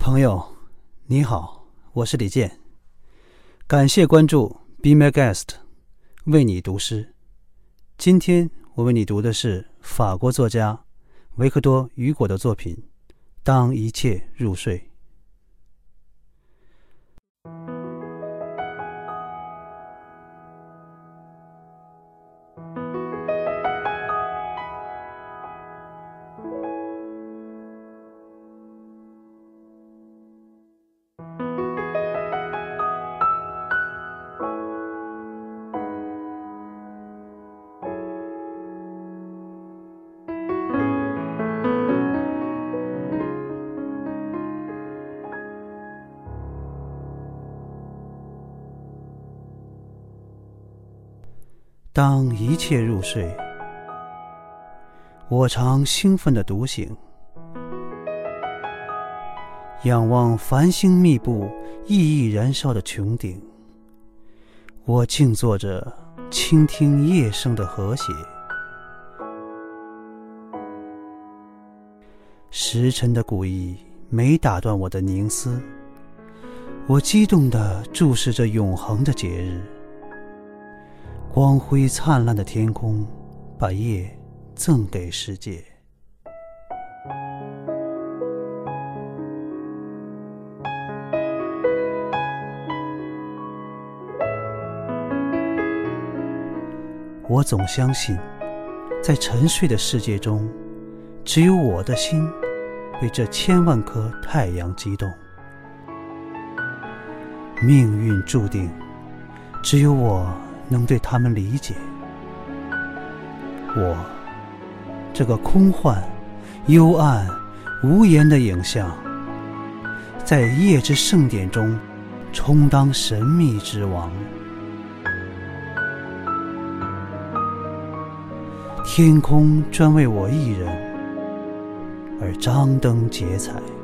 朋友，你好，我是李健，感谢关注 Be My Guest， 为你读诗。今天我为你读的是法国作家维克多·雨果的作品《当一切入睡》。当一切入睡，我常兴奋地独醒，仰望繁星密布、熠熠燃烧的穹顶，我静坐着倾听夜声的和谐。时辰的鼓意没打断我的凝思，我激动地注视着永恒的节日。光辉灿烂的天空把夜赠给世界。我总相信，在沉睡的世界中，只有我的心为这千万颗太阳激动。命运注定，只有我能对他们理解。我这个空幻、幽暗、无言的影像，在夜之盛典中充当神秘之王。天空专为我一人而张灯结彩。